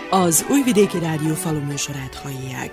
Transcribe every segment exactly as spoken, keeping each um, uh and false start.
Az Újvidéki Rádió faluműsorát hallják.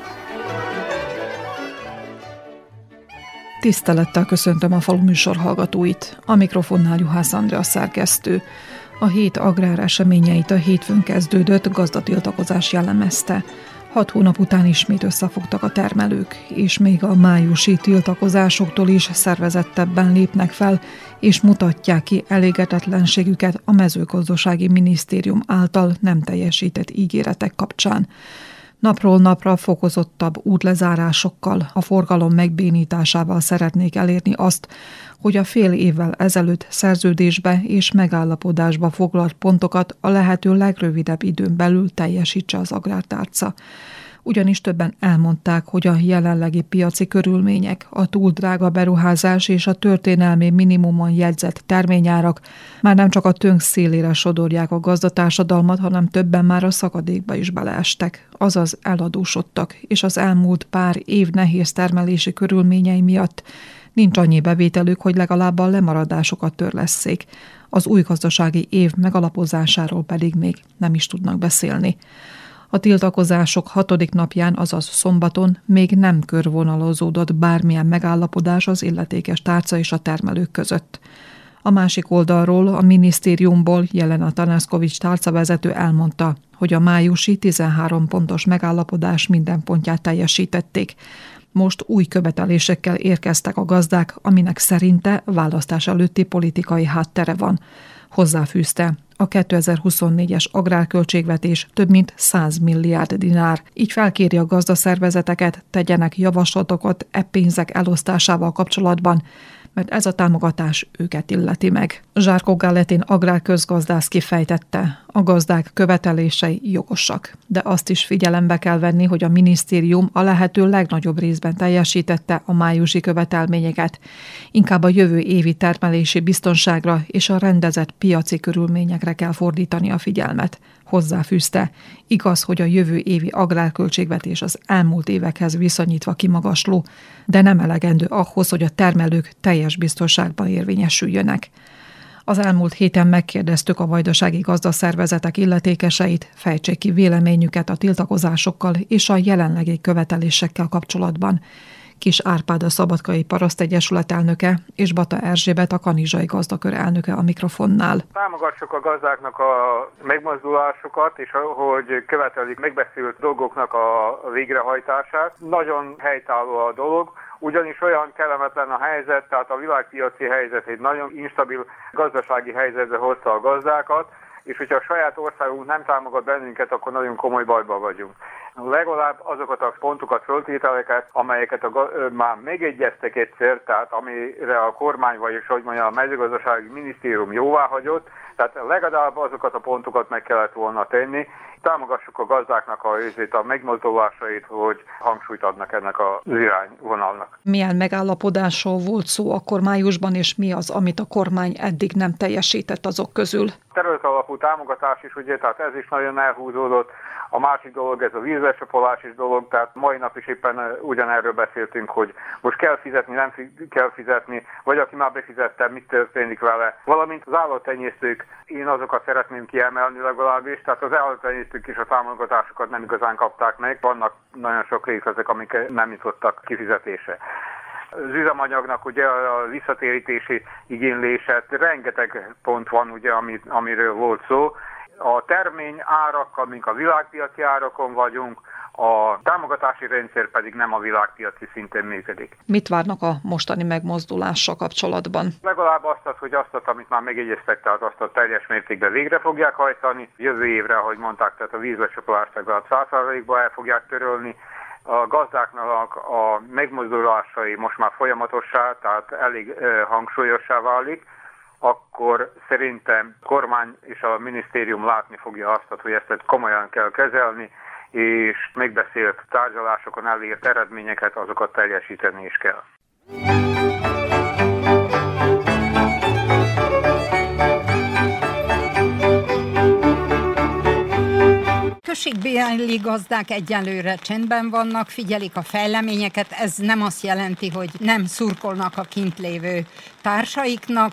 Tisztelettel köszöntöm a faluműsor hallgatóit. A mikrofonnál Juhász Andrea szerkesztő. A hét agrár eseményeit a hétfőn kezdődött gazdatiltakozás jellemezte. Hat hónap után ismét összefogtak a termelők, és még a májusi tiltakozásoktól is szervezettebben lépnek fel, és mutatják ki elégedetlenségüket a mezőgazdasági minisztérium által nem teljesített ígéretek kapcsán. Napról napra fokozottabb útlezárásokkal, a forgalom megbénításával szeretnék elérni azt, hogy a fél évvel ezelőtt szerződésbe és megállapodásba foglalt pontokat a lehető legrövidebb időn belül teljesítse az agrártárca. Ugyanis többen elmondták, hogy a jelenlegi piaci körülmények, a túl drága beruházás és a történelmi minimumon jegyzett terményárak már nem csak a tönk szélére sodorják a gazdatársadalmat, hanem többen már a szakadékba is beleestek, azaz eladósodtak, és az elmúlt pár év nehéz termelési körülményei miatt nincs annyi bevételük, hogy legalább a lemaradásokat törlesszék. Az új gazdasági év megalapozásáról pedig még nem is tudnak beszélni. A tiltakozások hatodik napján, azaz szombaton még nem körvonalazódott bármilyen megállapodás az illetékes tárca és a termelők között. A másik oldalról a minisztériumból Jelena Tanaszkovics tárcavezető elmondta, hogy a májusi tizenhárom pontos megállapodás minden pontját teljesítették. Most új követelésekkel érkeztek a gazdák, aminek szerinte választás előtti politikai háttere van. Hozzáfűzte, a kétezer-huszonnégyes agrárköltségvetés több mint száz milliárd dinár, így felkéri a gazdaszervezeteket, tegyenek javaslatokat e pénzek elosztásával kapcsolatban, mert ez a támogatás őket illeti meg. Zsárkó Galletin agrárközgazdász kifejtette, a gazdák követelései jogosak, de azt is figyelembe kell venni, hogy a minisztérium a lehető legnagyobb részben teljesítette a májusi követelményeket, inkább a jövő évi termelési biztonságra és a rendezett piaci körülményekre kell fordítani a figyelmet. Hozzáfűzte, igaz, hogy a jövő évi agrárköltségvetés az elmúlt évekhez viszonyítva kimagasló, de nem elegendő ahhoz, hogy a termelők teljes biztonságban érvényesüljönek. Az elmúlt héten megkérdeztük a vajdasági gazdaszervezetek illetékeseit, fejtsék ki véleményüket a tiltakozásokkal és a jelenlegi követelésekkel kapcsolatban. Kis Árpád a Szabadkai Parasztegyesület elnöke és Bata Erzsébet a Kanizsai Gazdakör elnöke a mikrofonnál. Támogassuk a gazdáknak a megmozdulásokat, és hogy követelik megbeszélt dolgoknak a végrehajtását. Nagyon helytálló a dolog, ugyanis olyan kellemetlen a helyzet, tehát a világpiaci helyzet egy nagyon instabil gazdasági helyzetbe hozta a gazdákat, és hogyha a saját országunk nem támogat bennünket, akkor nagyon komoly bajban vagyunk. Legalább azokat a pontokat, föltételeket, amelyeket a, már megegyeztek egyszer, tehát amire a kormány, vagyis hogy mondja, a mezőgazdasági minisztérium jóvá hagyott, tehát legalább azokat a pontokat meg kellett volna tenni. Támogassuk a gazdáknak a, a megmozdulásait, hogy hangsúlyt adnak ennek az irányvonalnak. Milyen megállapodásról volt szó akkor májusban, és mi az, amit a kormány eddig nem teljesített azok közül? Terület alapú támogatás is, ugye, tehát ez is nagyon elhúzódott. A másik dolog, ez a vízlecsapolás dolog, tehát mai nap is éppen ugyanerről beszéltünk, hogy most kell fizetni, nem fi- kell fizetni, vagy aki már befizette, mit történik vele. Valamint az állattenyésztők, én azokat szeretném kiemelni legalábbis, tehát az állattenyésztők is a támogatásokat nem igazán kapták meg, vannak nagyon sok részletek, amik nem jutottak kifizetése. Az üzemanyagnak ugye a visszatérítési igénylése, rengeteg pont van, ugye, amit, amiről volt szó. A termény árakkal, mink a világpiaci árakon vagyunk, a támogatási rendszer pedig nem a világpiaci szinten működik. Mit várnak a mostani megmozdulással kapcsolatban? Legalább azt, hogy azt, amit már megegyeztek, tehát azt a teljes mértékben végre fogják hajtani. Jövő évre, ahogy mondták, tehát a vízlecsapolást legalább száz százalékban el fogják törölni. A gazdáknak a megmozdulásai most már folyamatossá, tehát elég eh, hangsúlyossá válik, akkor szerintem a kormány és a minisztérium látni fogja azt, hogy ezt komolyan kell kezelni, és megbeszélt tárgyalásokon elért eredményeket, azokat teljesíteni is kell. Községbéli gazdák egyelőre csendben vannak, figyelik a fejleményeket, ez nem azt jelenti, hogy nem szurkolnak a kint lévő társaiknak.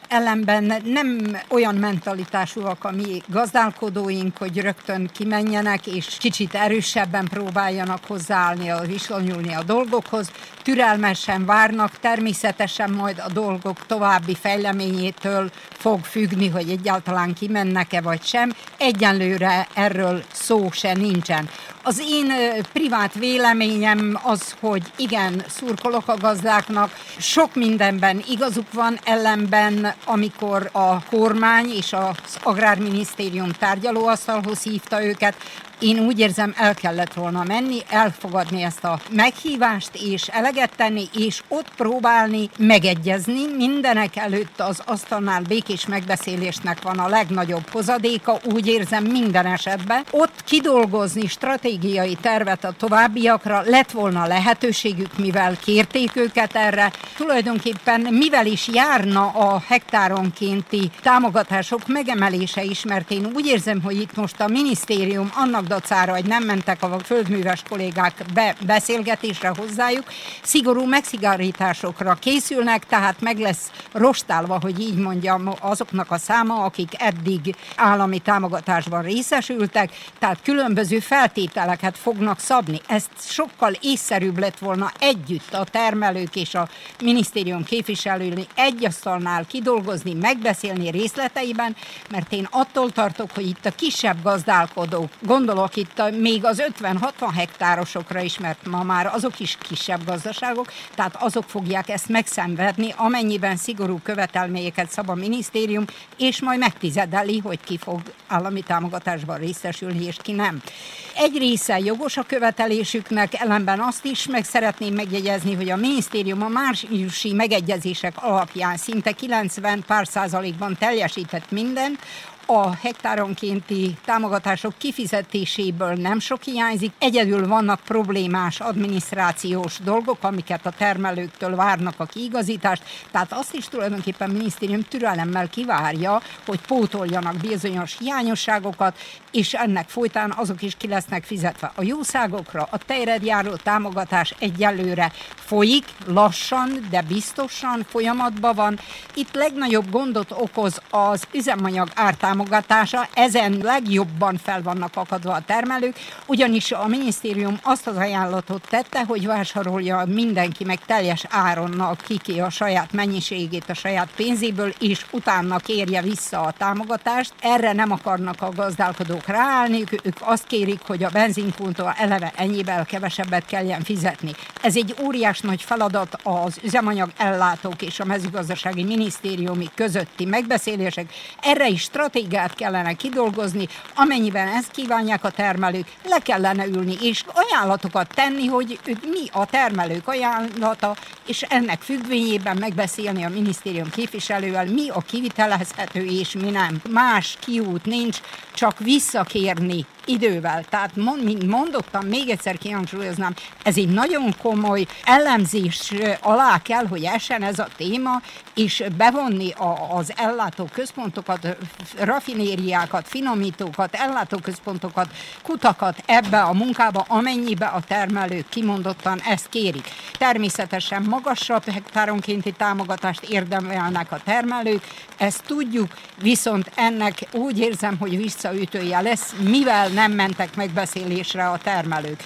ellenben nem olyan mentalitásúak a mi gazdálkodóink, hogy rögtön kimenjenek, és kicsit erősebben próbáljanak hozzáállni, viszonyulni a dolgokhoz. Türelmesen várnak, természetesen majd a dolgok további fejleményétől fog függni, hogy egyáltalán kimennek-e vagy sem. Egyenlőre erről szó se nincsen. Az én privát véleményem az, hogy igen, szurkolok a gazdáknak, sok mindenben igazuk van, ellenben amikor a kormány és az Agrárminisztérium tárgyalóasztalhoz hívta őket, én úgy érzem, el kellett volna menni, elfogadni ezt a meghívást, és eleget tenni, és ott próbálni megegyezni. Mindenek előtt az asztalnál békés megbeszélésnek van a legnagyobb hozadéka, úgy érzem minden esetben. Ott kidolgozni stratégiai tervet a továbbiakra lett volna lehetőségük, mivel kérték őket erre. Tulajdonképpen mivel is járna a hektáronkénti támogatások megemelése is, mert én úgy érzem, hogy itt most a minisztérium annak dacára, hogy nem mentek a földműves kollégák be beszélgetésre hozzájuk, szigorú megszigorításokra készülnek, tehát meg lesz rostálva, hogy így mondjam, azoknak a száma, akik eddig állami támogatásban részesültek, tehát különböző feltételeket fognak szabni. Ezt sokkal észszerűbb lett volna együtt a termelők és a minisztérium képviselői egy asztalnál kidolgozni, megbeszélni részleteiben, mert én attól tartok, hogy itt a kisebb gazdálkodók, gondolom, itt a, még az ötven-hatvan hektárosokra is, mert ma már azok is kisebb gazdaságok, tehát azok fogják ezt megszenvedni, amennyiben szigorú követelményeket szab a minisztérium, és majd megtizedeli, hogy ki fog állami támogatásban részesülni, és ki nem. Egy része jogos a követelésüknek, ellenben azt is meg szeretném megjegyezni, hogy a minisztérium a márciusi megegyezések alapján szinte kilencven pár százalékban teljesített mindent, a hektáronkénti támogatások kifizetéséből nem sok hiányzik, egyedül vannak problémás adminisztrációs dolgok, amiket a termelőktől várnak a kiigazítást, tehát azt is tulajdonképpen a minisztérium türelemmel kivárja, hogy pótoljanak bizonyos hiányosságokat, és ennek folytán azok is ki lesznek fizetve. A jószágokra a tejre járó támogatás egyelőre folyik, lassan, de biztosan folyamatban van. Itt legnagyobb gondot okoz az üzemanyag ártámogatása, ezen legjobban fel vannak akadva a termelők, ugyanis a minisztérium azt az ajánlatot tette, hogy vásárolja mindenki meg teljes áron ki a saját mennyiségét a saját pénzéből, és utána kérje vissza a támogatást. Erre nem akarnak a gazdálkodók ráállni, ők azt kérik, hogy a benzinkútól eleve ennyivel kevesebbet kelljen fizetni. Ez egy óriás nagy feladat az üzemanyag ellátók és a mezőgazdasági minisztériumi közötti megbeszélések. Erre is stratégiát kellene kidolgozni, amennyiben ezt kívánják a termelők, le kellene ülni és ajánlatokat tenni, hogy mi a termelők ajánlata, és ennek függvényében megbeszélni a minisztérium képviselővel, mi a kivitelezhető és mi nem. Más kiút nincs, csak visszakérni idővel. Tehát, mint mondottam, még egyszer kihangsúlyoznám, ez egy nagyon komoly elemzés alá kell, hogy essen ez a téma, és bevonni a, az ellátóközpontokat, rafinériákat, finomítókat, ellátóközpontokat, kutakat ebbe a munkába, amennyibe a termelők kimondottan ezt kérik. Természetesen magasabb hektáronkénti támogatást érdemelnek a termelők, ezt tudjuk, viszont ennek úgy érzem, hogy visszaütője lesz, mivel nem mentek megbeszélésre a termelők.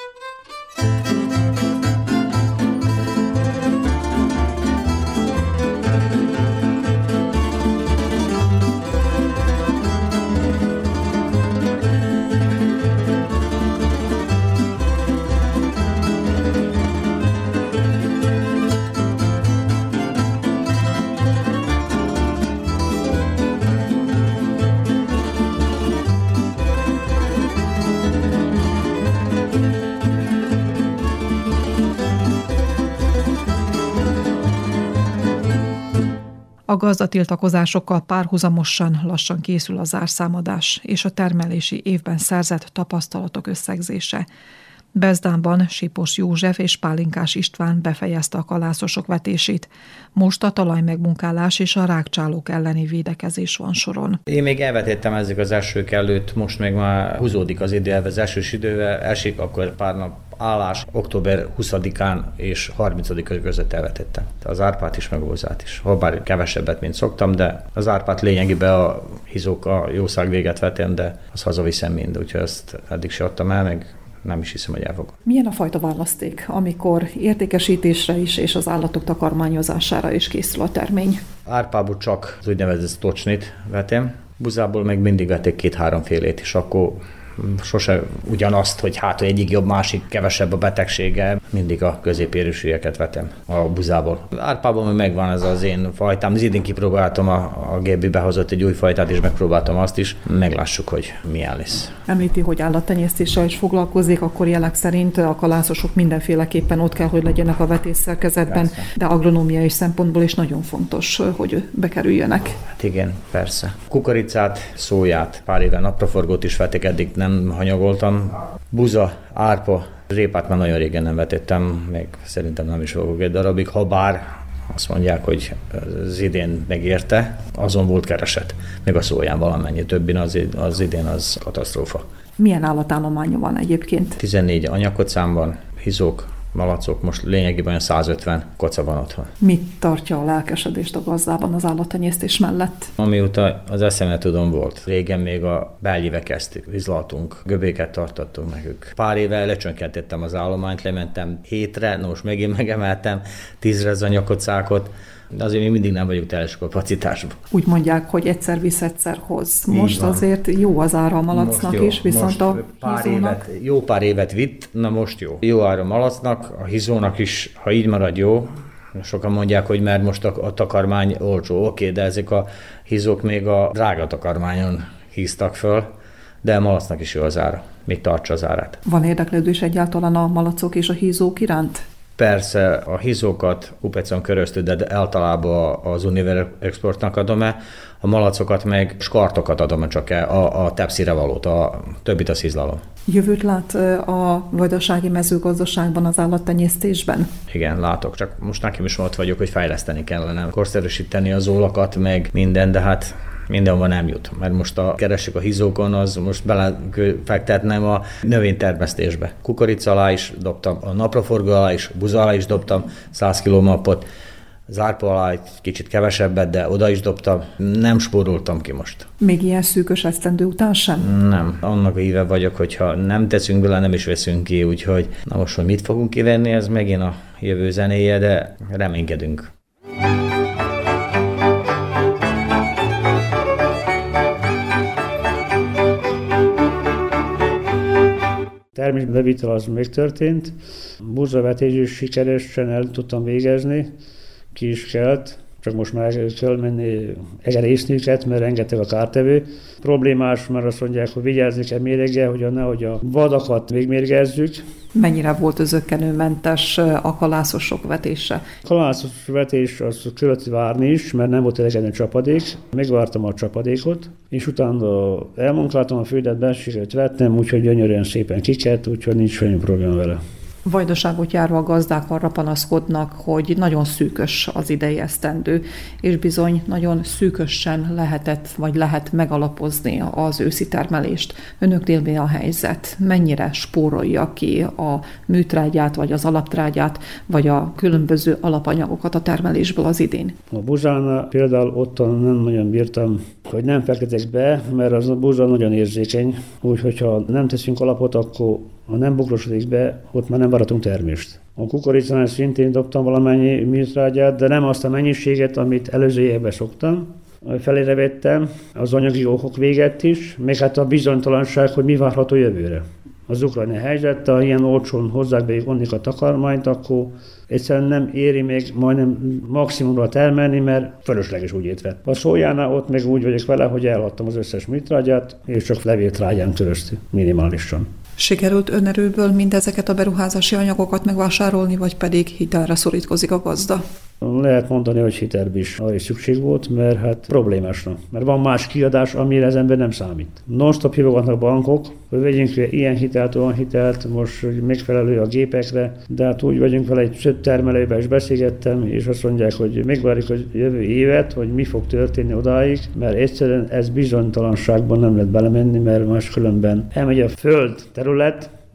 A gazdatiltakozásokkal párhuzamosan lassan készül a zárszámadás és a termelési évben szerzett tapasztalatok összegzése. Bezdánban Sipos József és Pálinkás István befejezte a kalászosok vetését. Most a talajmegmunkálás és a rágcsálók elleni védekezés van soron. Én még elvetettem ezek az esők előtt, most még már húzódik az idő, az esős idővel esik, akkor pár nap állás október huszadikán és harmincadika között elvetettem. Az árpát is, meg a buzát is. Habár kevesebbet, mint szoktam, de az árpát lényegében a hizók a jószág véget vettem, de azt hazaviszem mind, úgyhogy ezt eddig se adtam el, meg nem is hiszem, hogy elfogom. Milyen a fajta választék, amikor értékesítésre is és az állatok takarmányozására is készül a termény? Árpából csak az úgynevezett stocsnit vetem, buzából meg mindig vették két-háromfélét, és akkor sose ugyanazt, hogy hát egyik jobb, másik kevesebb a betegsége, mindig a középérőségeket vetem a buzából. Árpában még megvan ez az én fajtám, az idén kipróbáltam, a, a Gébi behozott egy új fajtát, és megpróbáltam azt is, meglássuk, hogy milyen lesz. Említi, hogy állattenyésztéssel is foglalkozik, akkor jelek szerint a kalászosok mindenféleképpen ott kell, hogy legyenek a vetésszerkezetben, persze. De agronómiai szempontból is nagyon fontos, hogy bekerüljenek. Hát igen, persze. Kukoricát, szóját, pár éve napraforgót is vettek, eddig nem hanyagoltam. Buza, árpa, répát már nagyon régen nem vetettem, még szerintem nem is fogok egy darabig, ha bár azt mondják, hogy az idén megérte, azon volt kereset. Még a szóján valamennyi, többin az, az idén az katasztrófa. Milyen állatállománya van egyébként? tizennégy anyakocámban, hizók, malacok, most lényegében olyan százötven koca van otthon. Mit tartja a lelkesedést a gazdában az állattenyésztés mellett? Amióta az eszemet tudom volt. Régen még a belgyébe kezdtük, vizslaltunk, göbéket tartottunk nekük. Pár éve lecsökkentettem az állományt, lementem hétre, no most megint megemeltem tízre az anyakocákot, de azért még mindig nem vagyunk teljes kapacitásban. Úgy mondják, hogy egyszer visz, egyszer hoz. Most azért jó az ára a malacnak is, viszont a pár évet, jó pár évet vitt, na most jó. Jó ára a malacnak, a hizónak is, ha így marad jó. Sokan mondják, hogy mert most a, a takarmány olcsó, oké, de ezek a hizók még a drága takarmányon híztak föl, de a malacnak is jó az ára, még tartsa az árát. Van érdeklődés egyáltalán a malacok és a hízók iránt? Persze a hizókat Kupecon köröztül, de általában az Univer Exportnak adom el, a malacokat meg skartokat adom csak el, a, a tepszire valót, a többit a szizlalom. Jövőt lát a vajdasági mezőgazdaságban, az állattenyésztésben? Igen, látok, csak most nekem is ott vagyok, hogy fejleszteni kellene, korszerűsíteni az ólakat, meg minden, de hát mindenhol nem jut, mert most a keresek a hizókon, az most belefektetnem a növénytermesztésbe. Kukorica alá is dobtam, a napraforgó alá is, buza alá is dobtam száz kiló mappot, az árpa alá egy kicsit kevesebbet, de oda is dobtam. Nem spóroltam ki most. Még ilyen szűkös esztendő után sem? Nem. Annak a híve vagyok, hogyha nem teszünk bele, nem is veszünk ki, úgyhogy na most, hogy mit fogunk kivenni, ez megint a jövő zenéje, de reménykedünk. Termésbevitel az megtörtént, burzavetés is sikeresen el tudtam végezni, ki is kelt, csak most már kell menni egerészni őket, mert rengeteg a kártevő. Problémás, mert azt mondják, hogy vigyázni kell méreggel, hogy nehogy a vadakat végmérgezzük. Mennyire volt zökkenőmentes a kalászosok vetése? A kalászos vetés az kellett várni is, mert nem volt elegendő csapadék. Megvártam a csapadékot, és utána elmunkáltam a földet, benséget vettem, úgyhogy gyönyörűen szépen kikelt, úgyhogy nincs semmi probléma vele. Vajdaságot járva a gazdák arra panaszkodnak, hogy nagyon szűkös az idei esztendő, és bizony nagyon szűkösen lehetett, vagy lehet megalapozni az őszi termelést. Önöknél mi a helyzet? Mennyire spórolja ki a műtrágyát, vagy az alaptrágyát, vagy a különböző alapanyagokat a termelésből az idén? A buzsánál például otthon nem nagyon bírtam, hogy nem fektetek be, mert az a buzsa nagyon érzékeny, úgyhogy ha nem teszünk alapot, akkor ha nem bokrosodik be, ott már nem várhatunk termést. A kukoricánál szintén dobtam valamennyi műtrágyát, de nem azt a mennyiséget, amit előző évben szoktam. Felére vettem az anyagi okok véget is, meg hát a bizonytalanság, hogy mi várható jövőre. Az ukrajnai helyzet, ha ilyen olcsón hozzák be onnik a takarmányt, akkor egyszerűen nem éri még majdnem maximumra termelni, mert fölösleges úgy étve. A szójánál ott meg úgy vagyok vele, hogy elhattam az összes műtrágyát, és csak levéltrágyán töröztük minimálisan. Sikerült önerőből mindezeket a beruházási anyagokat megvásárolni, vagy pedig hitelre szorítkozik a gazda? Lehet mondani, hogy hitelbe is arra is szükség volt, mert hát problémásnak. Mert van más kiadás, amire az ember nem számít. Non-stop hívogatnak bankok, hogy vegyünk ilyen hitelt, olyan hitelt, most megfelelő a gépekre, de hát úgy vagyunk vele, egy több termelővel is beszélgettem, és azt mondják, hogy megvárjuk a jövő évet, hogy mi fog történni odáig, mert egyszerűen ez bizonytalanságban nem lehet belemenni, mert máskülönben elmegy a föld terület,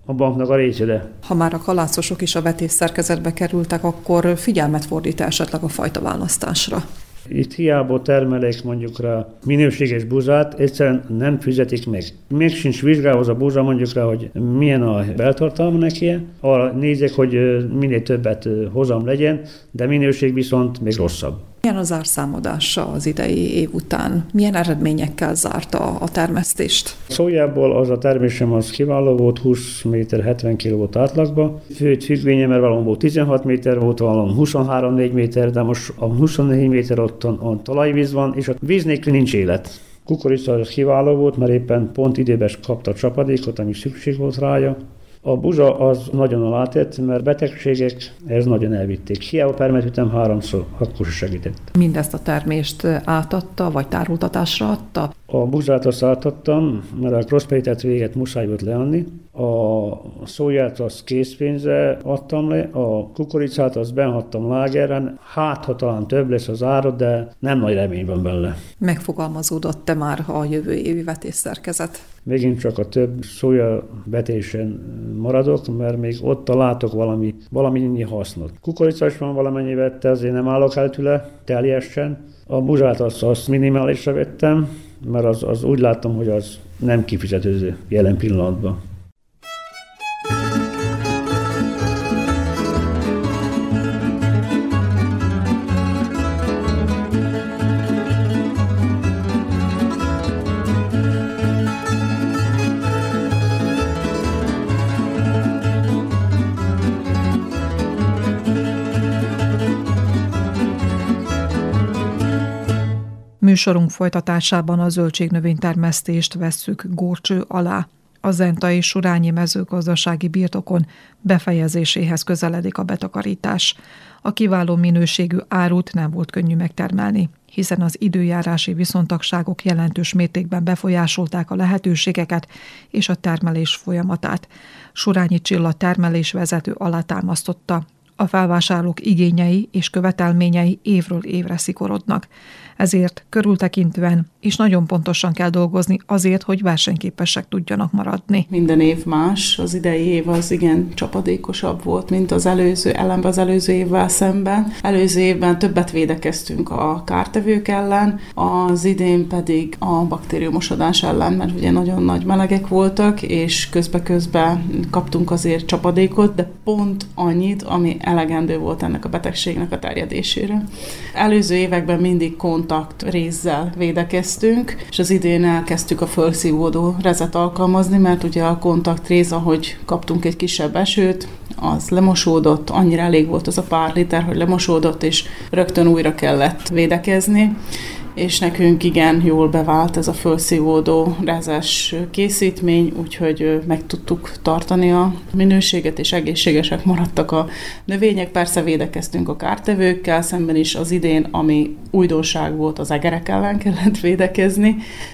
a banknak a része. Ha már a kalászosok is a vetészszerkezetbe kerültek, akkor figyelmet fordít esetleg a fajta választásra? Itt hiába termelik mondjuk rá minőséges búzát, egyszerűen nem fizetik meg. Még sincs vizsgálva az a búza mondjuk rá, hogy milyen a beltartalma neki. Arra nézek, hogy minél többet hozam legyen, de minőség viszont még rosszabb. Milyen az árszámadása az idei év után? Milyen eredményekkel zárta a termesztést? Szójából az a termésem az kiváló volt, húsz méter, hetven kiló volt átlagban. Főt függvénye, mert valahol tizenhat méter volt, valahol huszonhárom-négy méter, de most a huszonnégy méter ott a talajvíz van, és a víz nélkül nincs élet. Kukorica az kiváló volt, mert éppen pont időben kapta a csapadékot, ami szükség volt rája. A buzsa az nagyon alátett, mert betegségek ez nagyon elvitték. Hiába permetültem háromszor, akkor se segített. Mindezt a termést átadta, vagy tárultatásra adta? A buzsát azt átadtam, mert a crossplate-et véget muszáj volt leadni. A szóját az készpénzre adtam le, a kukoricát azt benhattam lágeren, hát ha talán több lesz az ára, de nem nagy remény van benne. Megfogalmazódott-e már a jövő évi vetésszerkezet? Megint csak a több szója vetésen maradok, mert még ott látok valami, valamennyi hasznot. Kukorica is van valamennyi vette, azért nem állok el tőle teljesen. A buzsát azt, azt minimálisra vettem, mert az, az úgy láttam, hogy az nem kifizetődő jelen pillanatban. Műsorunk folytatásában a zöldségnövénytermesztést vesszük górcső alá. A zentai surányi mezőgazdasági birtokon befejezéséhez közeledik a betakarítás. A kiváló minőségű árut nem volt könnyű megtermelni, hiszen az időjárási viszontagságok jelentős mértékben befolyásolták a lehetőségeket és a termelés folyamatát. Surányi Csilla termelésvezető alátámasztotta. A felvásárlók igényei és követelményei évről évre szigorodnak. Ezért körültekintően és nagyon pontosan kell dolgozni azért, hogy versenyképesek tudjanak maradni. Minden év más, az idei év az igen csapadékosabb volt, mint az előző, ellenben az előző évvel szemben. Előző évben többet védekeztünk a kártevők ellen, az idén pedig a baktériumosodás ellen, mert ugye nagyon nagy melegek voltak, és közbe-közbe kaptunk azért csapadékot, de pont annyit, ami elegendő volt ennek a betegségnek a terjedésére. Előző években mindig kontakt rézzel védekeztünk, és az idén elkezdtük a fölszívódó rezet alkalmazni, mert ugye a kontaktréz, ahogy kaptunk egy kisebb esőt, az lemosódott, annyira elég volt az a pár liter, hogy lemosódott, és rögtön újra kellett védekezni, és nekünk igen jól bevált ez a fölszívódó rezes készítmény, úgyhogy meg tudtuk tartani a minőséget, és egészségesek maradtak a növények. Persze védekeztünk a kártevőkkel, szemben is az idén, ami újdonság volt, az egerek ellen kellett védekezni.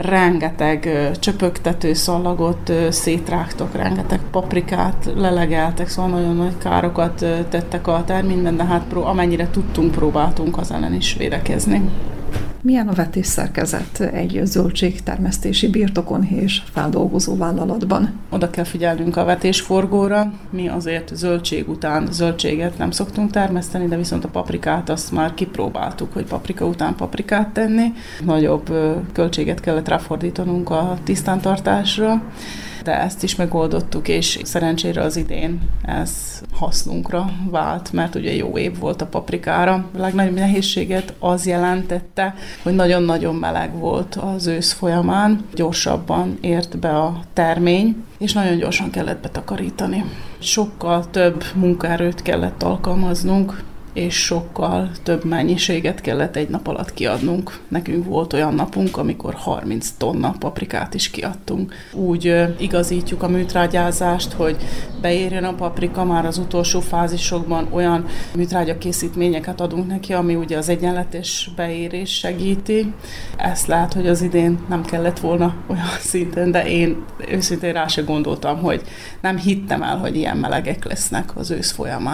Rengeteg csöpögtető szallagot szétrágtak, rengeteg paprikát lelegeltek, szóval nagyon nagy károkat tettek a terményben, de hát amennyire tudtunk, próbáltunk az ellen is védekezni. Milyen a vetésszerkezet egy zöldségtermesztési birtokon és feldolgozó vállalatban? Oda kell figyelnünk a vetésforgóra. Mi azért zöldség után zöldséget nem szoktunk termeszteni, de viszont a paprikát azt már kipróbáltuk, hogy paprika után paprikát tenni. Nagyobb költséget kellett ráfordítanunk a tisztántartásra, de ezt is megoldottuk, és szerencsére az idén ez hasznunkra vált, mert ugye jó év volt a paprikára. A legnagyobb nehézséget az jelentette, hogy nagyon-nagyon meleg volt az ősz folyamán, gyorsabban ért be a termény, és nagyon gyorsan kellett betakarítani. Sokkal több munkaerőt kellett alkalmaznunk, és sokkal több mennyiséget kellett egy nap alatt kiadnunk. Nekünk volt olyan napunk, amikor harminc tonna paprikát is kiadtunk. Úgy igazítjuk a műtrágyázást, hogy beérjen a paprika, már az utolsó fázisokban olyan műtrágya készítményeket adunk neki, ami ugye az egyenletes beérés segíti. Ezt lehet, hogy az idén nem kellett volna olyan szinten, de én őszintén rá se gondoltam, hogy nem hittem el, hogy ilyen melegek lesznek az ősz folyamán.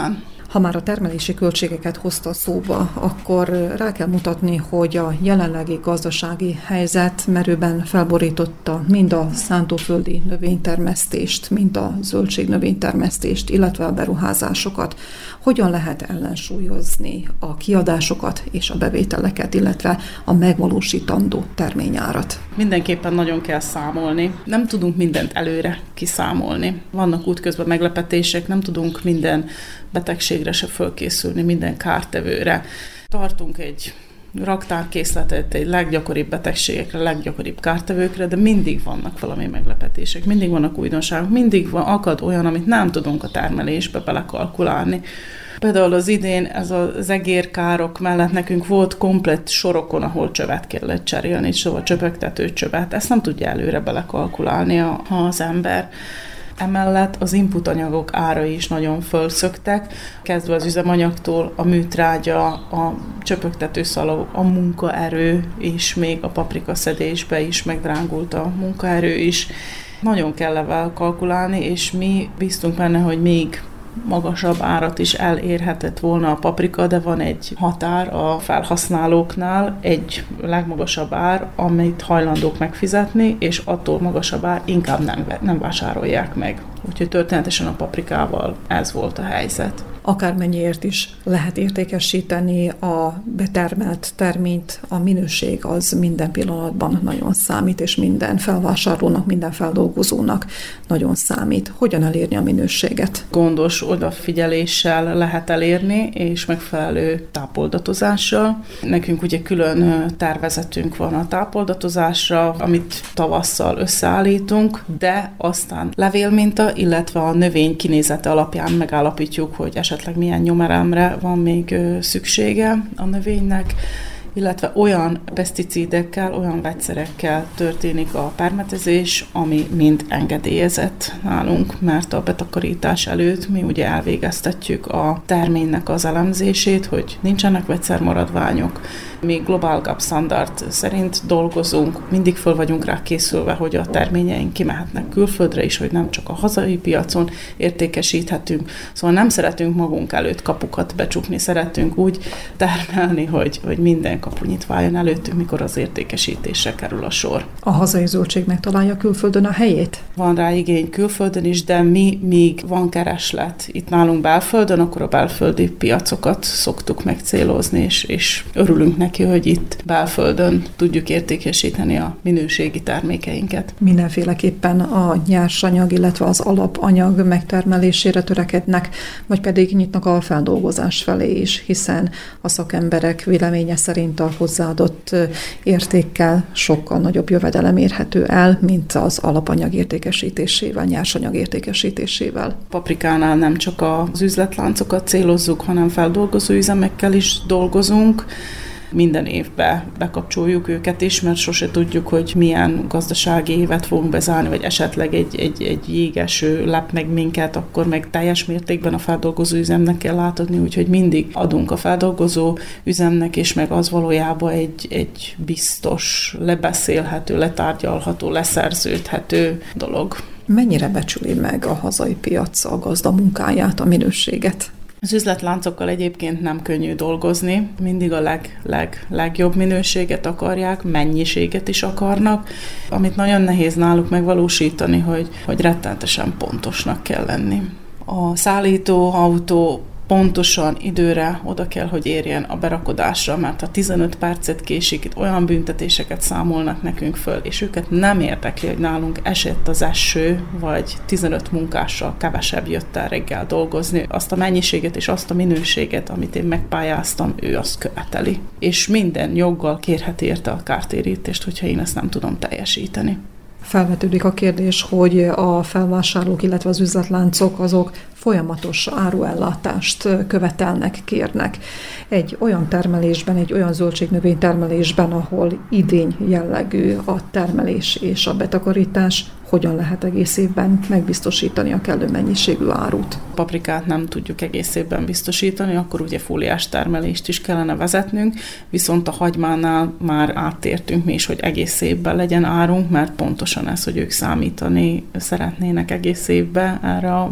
Ha már a termelési költségeket hozta szóba, akkor rá kell mutatni, hogy a jelenlegi gazdasági helyzet merőben felborította mind a szántóföldi növénytermesztést, mind a zöldségnövénytermesztést, illetve a beruházásokat. Hogyan lehet ellensúlyozni a kiadásokat és a bevételeket, illetve a megvalósítandó terményárat? Mindenképpen nagyon kell számolni. Nem tudunk mindent előre kiszámolni. Vannak útközben meglepetések, nem tudunk minden betegségre se fölkészülni, minden kártevőre. Tartunk egy raktárkészletet egy leggyakoribb betegségekre, leggyakoribb kártevőkre, de mindig vannak valami meglepetések, mindig vannak újdonságok, mindig van, akad olyan, amit nem tudunk a termelésbe belekalkulálni. Például az idén ez az egérkárok mellett nekünk volt komplett sorokon, ahol csövet kellett cserélni, szóval csöpögtető csövet. Ezt nem tudja előre belekalkulálni az ember. Emellett az inputanyagok árai is nagyon fölszöktek, kezdve az üzemanyagtól, a műtrágya, a csöpögtetőszalag, a munkaerő is, még a paprikaszedésbe is megdrágult a munkaerő is. Nagyon kell level kalkulálni, és mi bíztunk benne, hogy még magasabb árat is elérhetett volna a paprika, de van egy határ a felhasználóknál, egy legmagasabb ár, amit hajlandók megfizetni, és attól magasabb ár inkább nem, nem vásárolják meg. Úgyhogy történetesen a paprikával ez volt a helyzet. Akármennyiért is lehet értékesíteni a betermelt terményt, a minőség az minden pillanatban nagyon számít, és minden felvásárlónak, minden feldolgozónak nagyon számít. Hogyan elérni a minőséget? Gondos odafigyeléssel lehet elérni, és megfelelő tápoldatozással. Nekünk ugye külön tervezetünk van a tápoldatozásra, amit tavasszal összeállítunk, de aztán levélminta, illetve a növény kinézete alapján megállapítjuk, hogy esetleg milyen nyomelemre van még szüksége a növénynek, illetve olyan peszticidekkel, olyan vegyszerekkel történik a permetezés, ami mind engedélyezett nálunk, mert a betakarítás előtt mi ugye elvégeztetjük a terménynek az elemzését, hogy nincsenek vegyszermaradványok. Mi Global Gap standard szerint dolgozunk, mindig föl vagyunk rá készülve, hogy a terményeink kimehetnek külföldre is, hogy nem csak a hazai piacon értékesíthetünk. Szóval nem szeretünk magunk előtt kapukat becsukni, szeretünk úgy termelni, hogy, hogy minden kapu nyitva álljon előttünk, mikor az értékesítésre kerül a sor. A hazai zöldség megtalálja külföldön a helyét? Van rá igény külföldön is, de mi, míg van kereslet itt nálunk belföldön, akkor a belföldi piacokat szoktuk megcélozni, és, és örülünk neki, hogy itt belföldön tudjuk értékesíteni a minőségi termékeinket. Mindenféleképpen a nyersanyag, illetve az alapanyag megtermelésére törekednek, vagy pedig nyitnak a feldolgozás felé is, hiszen a szakemberek véleménye szerint a hozzáadott értékkel sokkal nagyobb jövedelem érhető el, mint az alapanyag értékesítésével, nyersanyag értékesítésével. Paprikánál nem csak az üzletláncokat célozzuk, hanem feldolgozó üzemekkel is dolgozunk. Minden évben bekapcsoljuk őket is, mert sose tudjuk, hogy milyen gazdasági évet fogunk bezárni, vagy esetleg egy, egy, egy jégeső lep meg minket, akkor meg teljes mértékben a feldolgozó üzemnek kell átadni, úgyhogy mindig adunk a feldolgozó üzemnek, és meg az valójában egy, egy biztos, lebeszélhető, letárgyalható, leszerződhető dolog. Mennyire becsüli meg a hazai piac a gazda munkáját, a minőséget? Az üzletláncokkal egyébként nem könnyű dolgozni, mindig a leg, leg, legjobb minőséget akarják, mennyiséget is akarnak, amit nagyon nehéz náluk megvalósítani, hogy, hogy rettenetesen pontosnak kell lenni. A szállítóautó pontosan időre oda kell, hogy érjen a berakodásra, mert ha tizenöt percet késik, itt olyan büntetéseket számolnak nekünk föl, és őket nem érdekli, hogy nálunk esett az eső, vagy tizenöt munkással kevesebb jött el reggel dolgozni. Azt a mennyiséget és azt a minőséget, amit én megpályáztam, ő azt követeli. És minden joggal kérheti érte a kártérítést, hogyha én ezt nem tudom teljesíteni. Felvetődik a kérdés, hogy a felvásárlók, illetve az üzletláncok azok folyamatos áruellátást követelnek, kérnek. Egy olyan termelésben, egy olyan zöldségnövény termelésben, ahol idény jellegű a termelés és a betakarítás, hogyan lehet egész évben megbiztosítani a kellő mennyiségű árut? A paprikát nem tudjuk egész évben biztosítani, akkor ugye fóliás termelést is kellene vezetnünk, viszont a hagymánál már áttértünk mi is, hogy egész évben legyen árunk, mert pontosan ez, hogy ők számítani szeretnének egész évben erre a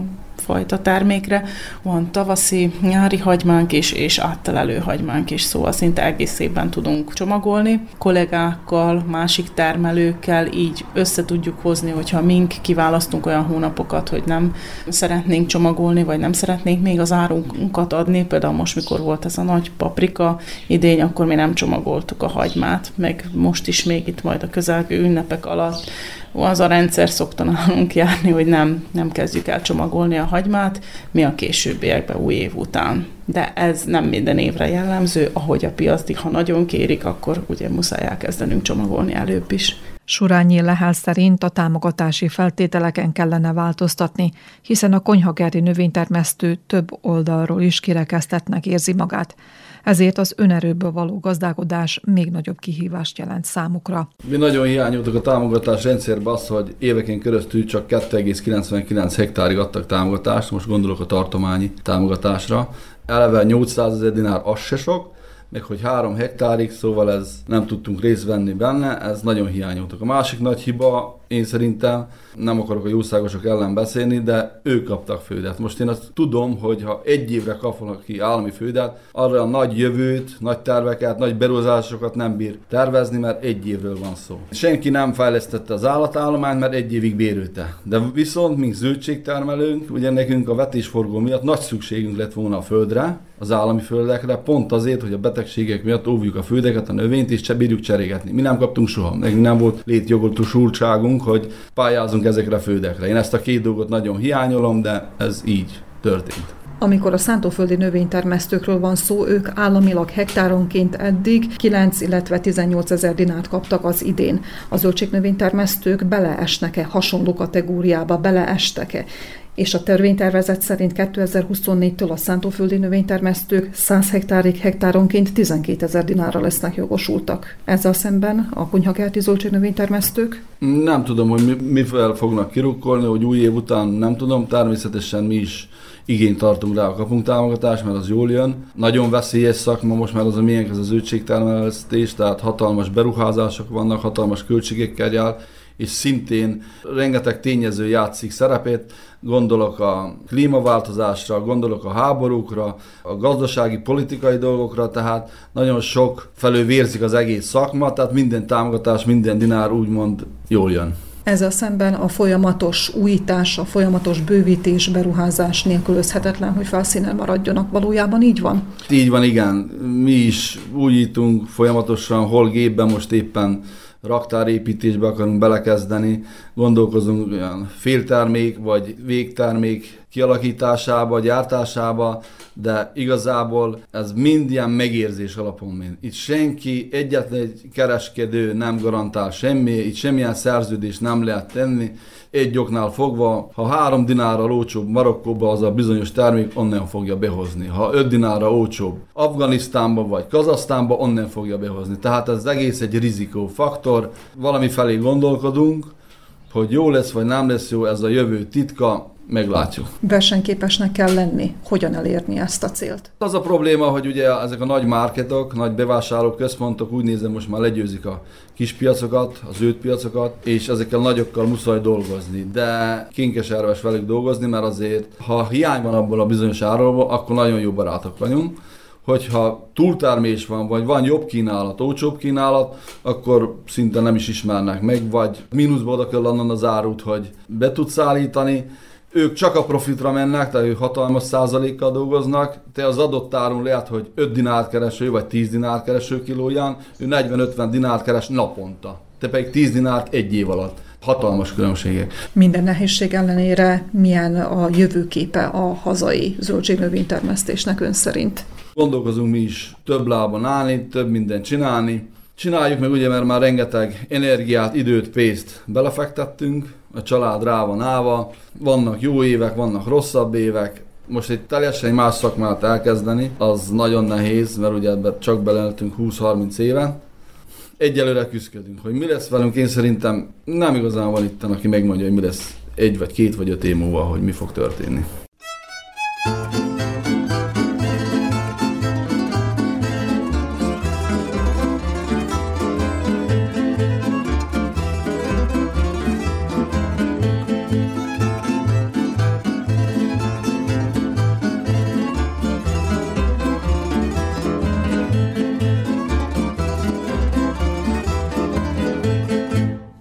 fajta termékre. Van tavaszi, nyári hagymánk is, és áttelelő hagymánk is, szóval szinte egész évben tudunk csomagolni. Kollégákkal, másik termelőkkel így össze tudjuk hozni, hogyha mink kiválasztunk olyan hónapokat, hogy nem szeretnénk csomagolni, vagy nem szeretnénk még az árunkat adni. Például most, mikor volt ez a nagy paprika idény, akkor mi nem csomagoltuk a hagymát, meg most is még itt majd a közelgő ünnepek alatt az a rendszer szokta nálunk járni, hogy nem, nem kezdjük el csomagolni a hagymát, mi a későbbiekben új év után. De ez nem minden évre jellemző, ahogy a piacig, ha nagyon kérik, akkor ugye muszáj elkezdenünk csomagolni előbb is. Surányi Lehel szerint a támogatási feltételeken kellene változtatni, hiszen a konyhakerti növénytermesztő több oldalról is kirekesztettnek érzi magát. Ezért az önerőből való gazdálkodás még nagyobb kihívást jelent számukra. Mi nagyon hiányoltuk a támogatás rendszerbe azt, hogy éveken keresztül csak kettő egész kilencvenkilenc hektárig adtak támogatást, most gondolok a tartományi támogatásra. Eleve nyolcszázezer dinár az se sok, meg hogy három hektárig, szóval ez nem tudtunk részt venni benne, ez nagyon hiányoltuk. A másik nagy hiba, én szerintem, nem akarok a jószágosok ellen beszélni, de ők kaptak földet. Most én azt tudom, hogy ha egy évre kapnak ki állami földet, arra a nagy jövőt, nagy terveket, nagy beruházásokat nem bír tervezni, mert egy évről van szó. Senki nem fejlesztette az állatállományt, mert egy évig bérülte. De viszont, mint zöldségtermelőnk, ugye nekünk a vetésforgó miatt nagy szükségünk lett volna a földre, az állami földekre, pont azért, hogy a betegségek miatt óvjuk a földeket, a növényt, és bírjuk cserégetni. Mi nem kaptunk soha, nekünk nem volt létjogosultságunk, hogy pályázunk ezekre a földekre. Én ezt a két dolgot nagyon hiányolom, de ez így történt. Amikor a szántóföldi növénytermesztőkről van szó, ők államilag hektáronként eddig kilenc, illetve tizennyolc ezer dinárt kaptak az idén. A zöldségnövénytermesztők beleesnek-e hasonló kategóriába, beleestek-e? És a törvénytervezet szerint kétezer-huszonnégytől a szántóföldi növénytermesztők száz hektárig hektáronként tizenkét ezer dinárra lesznek jogosultak. Ezzel szemben a konyhakerti zöldségnövénytermesztők? Nem tudom, hogy mi, mivel fognak kirukkolni, hogy új év után nem tudom, természetesen mi is igényt tartunk rá, kapunk támogatást, mert az jól jön. Nagyon veszélyes szakma most már az a miénk, ez a zöldségtermesztés, tehát hatalmas beruházások vannak, hatalmas költségekkel jár, és szintén rengeteg tényező játszik szerepét, gondolok a klímaváltozásra, gondolok a háborúkra, a gazdasági, politikai dolgokra, tehát nagyon sok felől vérzik az egész szakma, tehát minden támogatás, minden dinár úgymond jól jön. Ezzel szemben a folyamatos újítás, a folyamatos bővítés, beruházás nélkülözhetetlen, hogy felszínen maradjanak. Valójában így van? Így van, igen. Mi is újítunk folyamatosan, hol gépben most éppen raktárépítésbe akarunk belekezdeni, gondolkozunk olyan féltermék vagy végtermék kialakításába, gyártásába, de igazából ez mind ilyen megérzés alapon megy. Itt senki, egyetlen egy kereskedő nem garantál semmi, itt semmilyen szerződést nem lehet tenni, egy oknál fogva, ha három dinárra olcsóbb Marokkóba az a bizonyos termék, onnan fogja behozni. Ha öt dinárra olcsóbb Afganisztánba vagy Kazahsztánba, onnan fogja behozni. Tehát ez egész egy rizikófaktor. Valami felé gondolkodunk, hogy jó lesz vagy nem lesz jó, ez a jövő titka, meglátjuk. Versenyképesnek kell lenni. Hogyan elérni ezt a célt? Az a probléma, hogy ugye ezek a nagy marketok, nagy bevásárló központok úgy nézem, most már legyőzik a kis piacokat, a zöld piacokat, és ezekkel nagyokkal muszáj dolgozni. De kinkeserves velük dolgozni, mert azért, ha hiány van abból a bizonyos árról, akkor nagyon jó barátok vagyunk. Hogyha túltermés van, vagy van jobb kínálat, olcsóbb kínálat, akkor szinte nem is ismernek meg, vagy mínuszba oda kell annan az árut, hogy be tudsz állítani. Ők csak a profitra mennek, tehát ők hatalmas százalékkal dolgoznak, te az adott áron lehet, hogy öt dinárt kereső, vagy tíz dinárt kereső kilóján, ő negyven-ötven dinárt keres naponta, te pedig tíz dinárt egy év alatt. Hatalmas különbségek. Minden nehézség ellenére milyen a jövőképe a hazai zöldségnövénytermesztésnek ön szerint? Gondolkozunk mi is több lábon állni, több mindent csinálni. Csináljuk meg ugye, mert már rengeteg energiát, időt, pénzt belefektettünk, a család rá van állva, vannak jó évek, vannak rosszabb évek. Most egy teljesen más szakmát elkezdeni, az nagyon nehéz, mert ugye ebben csak beleeltünk húsz-harminc éve. Egyelőre küzdködünk, hogy mi lesz velünk, én szerintem nem igazán van itt, aki megmondja, hogy mi lesz egy vagy két vagy öt év múlva, hogy mi fog történni.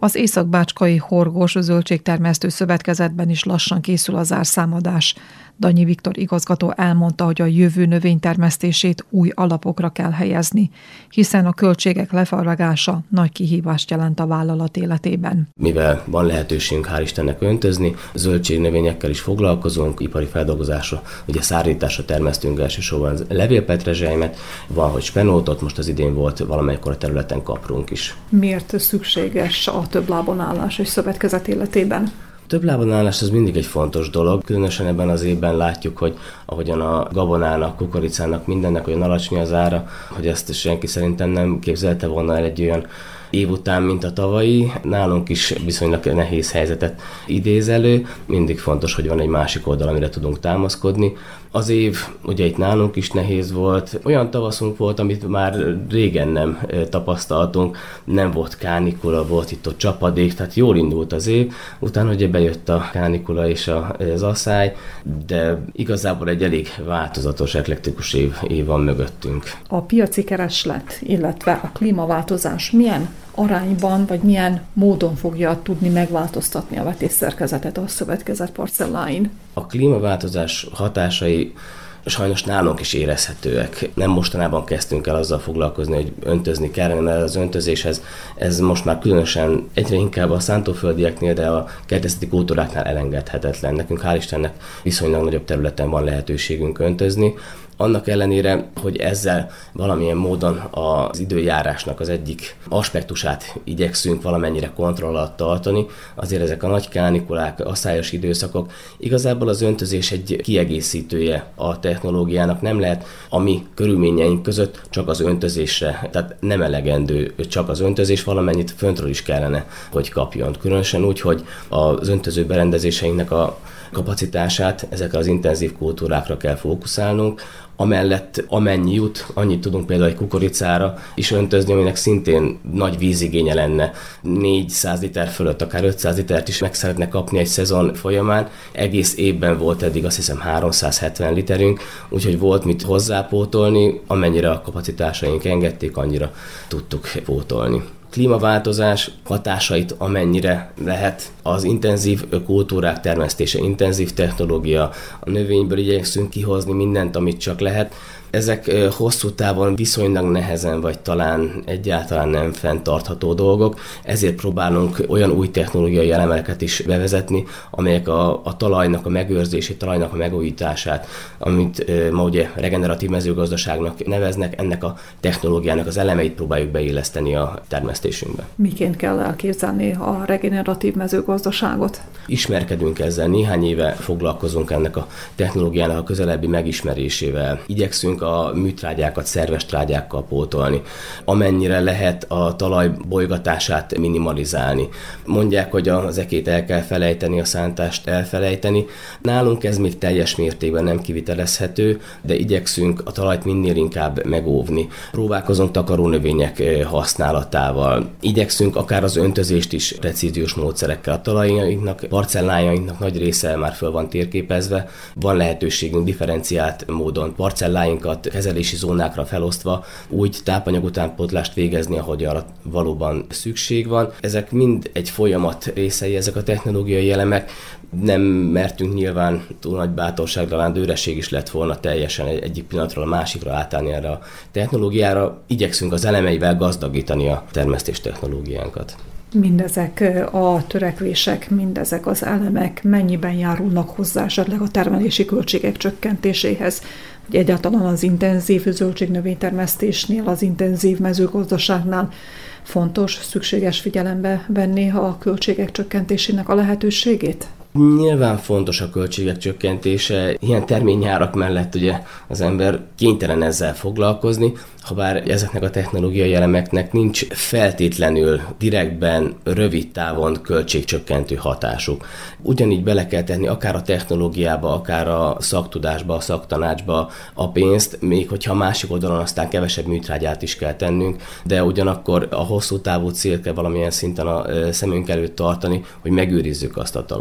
Az Észak-Bácskai Horgos Zöldségtermesztő Szövetkezetben is lassan készül a zárszámadás. Danyi Viktor igazgató elmondta, hogy a jövő növénytermesztését új alapokra kell helyezni, hiszen a költségek lefarragása nagy kihívást jelent a vállalat életében. Mivel van lehetőségünk hál' Istennek öntözni, zöldségnövényekkel is foglalkozunk, ipari feldolgozásra, ugye szárításra termesztünk elsősorban levélpetrezselymet, van, hogy spenótot, most az idén volt valamelykor a területen kaprunk is. Miért szükséges a több lábon állás egy szövetkezet életében? Több lábon állás az mindig egy fontos dolog, különösen ebben az évben látjuk, hogy ahogyan a gabonának, kukoricának, mindennek olyan alacsony az ára, hogy ezt senki szerintem nem képzelte volna el egy olyan év után, mint a tavalyi. Nálunk is viszonylag nehéz helyzetet idéz elő, mindig fontos, hogy van egy másik oldal, amire tudunk támaszkodni. Az év ugye itt nálunk is nehéz volt, olyan tavaszunk volt, amit már régen nem tapasztaltunk, nem volt kánikula, volt itt ott csapadék, tehát jól indult az év, utána ugye bejött a kánikula és az asszály, de igazából egy elég változatos, eklektikus év, év van mögöttünk. A piaci kereslet, illetve a klímaváltozás milyen arányban, vagy milyen módon fogja tudni megváltoztatni a vetésszerkezetet a szövetkezet parcelláin? A klímaváltozás hatásai sajnos nálunk is érezhetőek. Nem mostanában kezdtünk el azzal foglalkozni, hogy öntözni kellene, mert az öntözéshez ez most már különösen egyre inkább a szántóföldieknél, de a kertészeti kultúráknál elengedhetetlen. Nekünk hál' Istennek viszonylag nagyobb területen van lehetőségünk öntözni. Annak ellenére, hogy ezzel valamilyen módon az időjárásnak az egyik aspektusát igyekszünk valamennyire kontroll alatt tartani, azért ezek a nagy kánikulák, asszályos időszakok, igazából az öntözés egy kiegészítője a technológiának, nem lehet a mi körülményeink között csak az öntözésre, tehát nem elegendő csak az öntözés, valamennyit föntről is kellene, hogy kapjon. Különösen úgy, hogy az öntöző berendezéseinknek a kapacitását ezekre az intenzív kultúrákra kell fókuszálnunk, amellett amennyi jut, annyit tudunk például egy kukoricára is öntözni, aminek szintén nagy vízigénye lenne. négyszáz liter fölött, akár ötszáz litert is meg szeretne kapni egy szezon folyamán. Egész évben volt eddig azt hiszem háromszázhetven literünk, úgyhogy volt mit hozzápótolni, amennyire a kapacitásaink engedték, annyira tudtuk pótolni. Klímaváltozás hatásait amennyire lehet, az intenzív kultúrák termesztése, intenzív technológia, a növényből igyekszünk kihozni mindent, amit csak lehet. Ezek hosszú távon viszonylag nehezen, vagy talán egyáltalán nem fenntartható dolgok, ezért próbálunk olyan új technológiai elemeket is bevezetni, amelyek a, a talajnak a megőrzését, talajnak a megújítását, amit ma ugye regeneratív mezőgazdaságnak neveznek, ennek a technológiának az elemeit próbáljuk beilleszteni a termesztésünkbe. Miként kell elképzelni a regeneratív mezőgazdaságot? Ismerkedünk ezzel, néhány éve foglalkozunk ennek a technológiának a közelebbi megismerésével. Igyekszünk a műtrágyákat szerves trágyákkal pótolni, amennyire lehet a talaj bolygatását minimalizálni. Mondják, hogy az ekét el kell felejteni, a szántást elfelejteni. Nálunk ez még teljes mértékben nem kivitelezhető, de igyekszünk a talajt minél inkább megóvni. Próbálkozunk takarónövények használatával. Igyekszünk akár az öntözést is precíziós módszerekkel. A talajainknak, parcellájainknak nagy része már föl van térképezve. Van lehetőségünk differenciált módon parcelláinkat kezelési zónákra felosztva úgy tápanyagutánpótlást végezni, ahogy arra valóban szükség van. Ezek mind egy folyamat részei, ezek a technológiai elemek. Nem mertünk nyilván túl nagy bátorságra, talán őresség is lett volna teljesen egyik pillanatról a másikra átállni erre a technológiára. Igyekszünk az elemeivel gazdagítani a termesztés technológiánkat. Mindezek a törekvések, mindezek az elemek mennyiben járulnak hozzá esetleg a termelési költségek csökkentéséhez, hogy egyáltalán az intenzív zöldségnövénytermesztésnél, az intenzív mezőgazdaságnál fontos, szükséges figyelembe venni a költségek csökkentésének a lehetőségét? Nyilván fontos a költségek csökkentése, ilyen terményárak mellett ugye az ember kénytelen ezzel foglalkozni, habár ezeknek a technológiai elemeknek nincs feltétlenül direktben, rövid távon költségcsökkentő hatásuk. Ugyanígy bele kell tenni akár a technológiába, akár a szaktudásba, a szaktanácsba a pénzt, még hogyha a másik oldalon aztán kevesebb műtrágyát is kell tennünk, de ugyanakkor a hosszú távú célt kell valamilyen szinten a szemünk előtt tartani, hogy megőrizzük azt a talajt.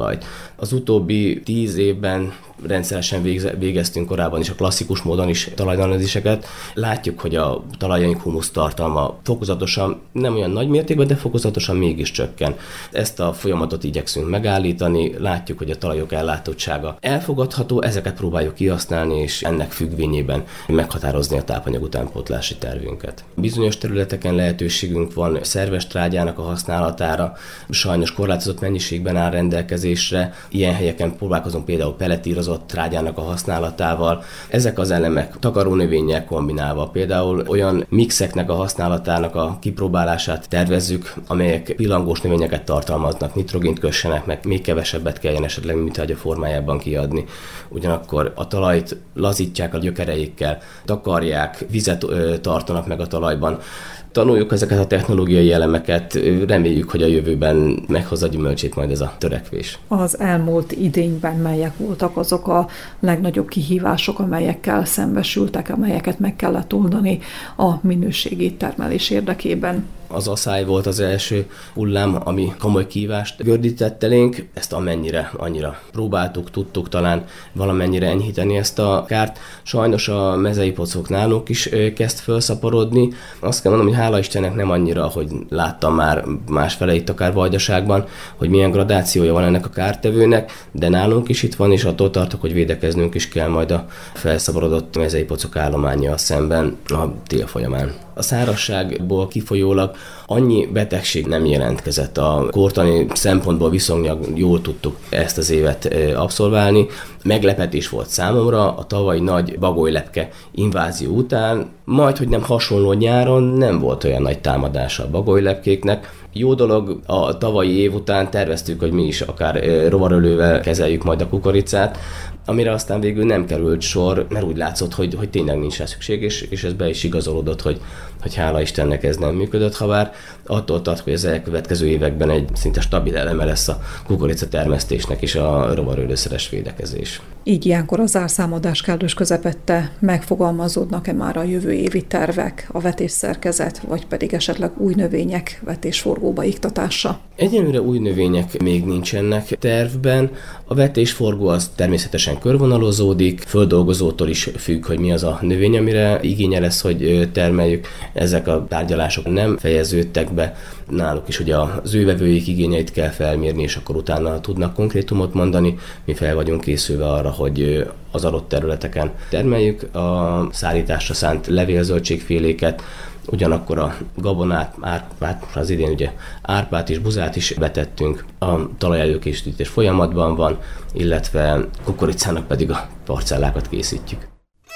Az utóbbi tíz évben rendszeresen végeztünk korábban is a klasszikus módon is talajanalíziseket. Látjuk, hogy a talajaink humusz tartalma fokozatosan, nem olyan nagy mértékben, de fokozatosan mégis csökken. Ezt a folyamatot igyekszünk megállítani, látjuk, hogy a talajok ellátottsága elfogadható, ezeket próbáljuk kihasználni, és ennek függvényében meghatározni a tápanyag utánpótlási tervünket. Bizonyos területeken lehetőségünk van szerves trágyának a használatára, sajnos korlátozott mennyiségben áll rendelkezésre, ilyen helyeken próbálkozunk például pelletírozott trágyának a használatával. Ezek az elemek takarónövényel kombinálva, például olyan mixeknek a használatának a kipróbálását tervezzük, amelyek pillangós növényeket tartalmaznak, nitrogént kössenek, meg még kevesebbet kelljen esetleg műtrágya formájában kiadni. Ugyanakkor a talajt lazítják a gyökereikkel, takarják, vizet ö, tartanak meg a talajban. Tanuljuk ezeket a technológiai elemeket, reméljük, hogy a jövőben meghozza gyümölcsét majd ez a törekvés. Az elmúlt idényben melyek voltak azok a legnagyobb kihívások, amelyekkel szembesültek, amelyeket meg kellett oldani a minőségi termelés érdekében? Az aszály volt az első hullám, ami komoly kihívást gördített elénk. Ezt amennyire, annyira próbáltuk, tudtuk talán valamennyire enyhíteni ezt a kárt. Sajnos a mezei pocok nálunk is kezd felszaporodni. Azt kell mondanom, hogy hála Istennek nem annyira, hogy láttam már másfele itt akár Vajdaságban, hogy milyen gradációja van ennek a kártevőnek, de nálunk is itt van, és attól tartok, hogy védekeznünk is kell majd a felszaporodott mezei pocok állománnyal szemben a tél folyamán. A szárazságból kifolyólag annyi betegség nem jelentkezett. A kórtani szempontból viszonylag jól tudtuk ezt az évet abszolválni. Meglepetés volt számomra a tavalyi nagy bagolylepke invázió után, majd, hogy nem hasonló nyáron nem volt olyan nagy támadása a bagolylepkéknek. Jó dolog, a tavalyi év után terveztük, hogy mi is akár rovarölővel kezeljük majd a kukoricát, amire aztán végül nem került sor, mert úgy látszott, hogy, hogy tényleg nincs rá szükség, és, és ez be is igazolódott, hogy, hogy hála Istennek ez nem működött, habár attól tart, hogy az elkövetkező években egy szinte stabil eleme lesz a kukorica termesztésnek is a rovarölőszeres védekezés. Így ilyenkor a zárszámadás kellős közepette megfogalmazódnak-e már a jövő évi tervek, a vetésszerkezet, vagy pedig esetleg új növények vetésforgóba iktatása? Egyelőre új növények még nincsenek tervben. A vetésforgó az természetesen körvonalozódik, földolgozótól is függ, hogy mi az a növény, amire igénye lesz, hogy termeljük. Ezek a tárgyalások nem fejeződtek be. Náluk is ugye az ő vevőik igényeit kell felmérni, és akkor utána tudnak konkrétumot mondani. Mi fel vagyunk készülve arra, hogy az adott területeken termeljük a szállításra szánt levélzöldségféléket, ugyanakkor a gabonát, árpát, az idén ugye árpát és buzát is betettünk, a talajelőkészítés folyamatban van, illetve kukoricának pedig a parcellákat készítjük.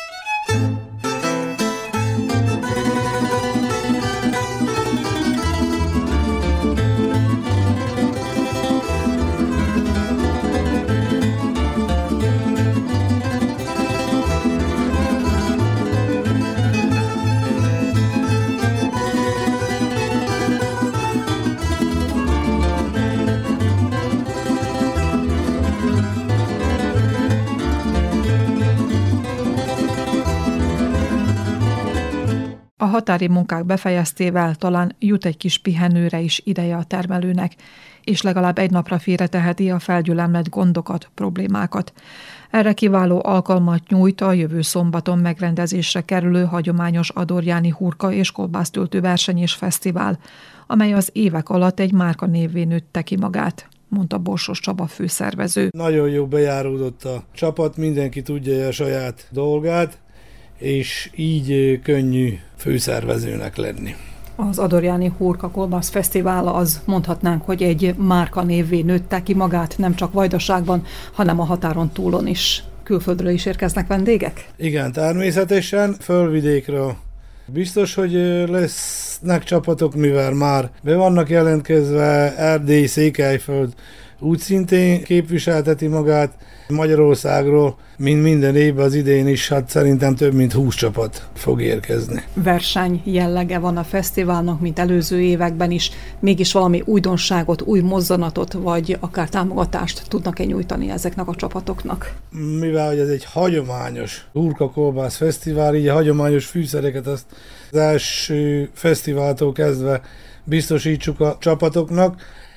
A határi munkák befejeztével talán jut egy kis pihenőre is ideje a termelőnek, és legalább egy napra félreteheti a felgyülemlett gondokat, problémákat. Erre kiváló alkalmat nyújt a jövő szombaton megrendezésre kerülő hagyományos adorjáni hurka és kolbásztöltő verseny és fesztivál, amely az évek alatt egy márkanévvé nőtte ki magát, mondta Borsos Csaba főszervező. Nagyon jó bejáródott a csapat, mindenki tudja a saját dolgát, és így könnyű főszervezőnek lenni. Az Adorjáni Hurka Kolbász Fesztivál az mondhatnánk, hogy egy márkanévvé nőtte ki magát, nem csak Vajdaságban, hanem a határon túlon is. Külföldről is érkeznek vendégek? Igen, természetesen, fölvidékről biztos, hogy lesznek csapatok, mivel már be vannak jelentkezve, Erdély, Székelyföld úgy szintén képviselteti magát. Magyarországról, mint minden évben az idén is, hát szerintem több mint húsz csapat fog érkezni. Verseny jellege van a fesztiválnak, mint előző években is. Mégis valami újdonságot, új mozzanatot, vagy akár támogatást tudnak-e nyújtani ezeknek a csapatoknak? Mivel hogy ez egy hagyományos Hurka Kolbász Fesztivál, így a hagyományos fűszereket azt az első fesztiváltól kezdve biztosítsuk a csapatoknak,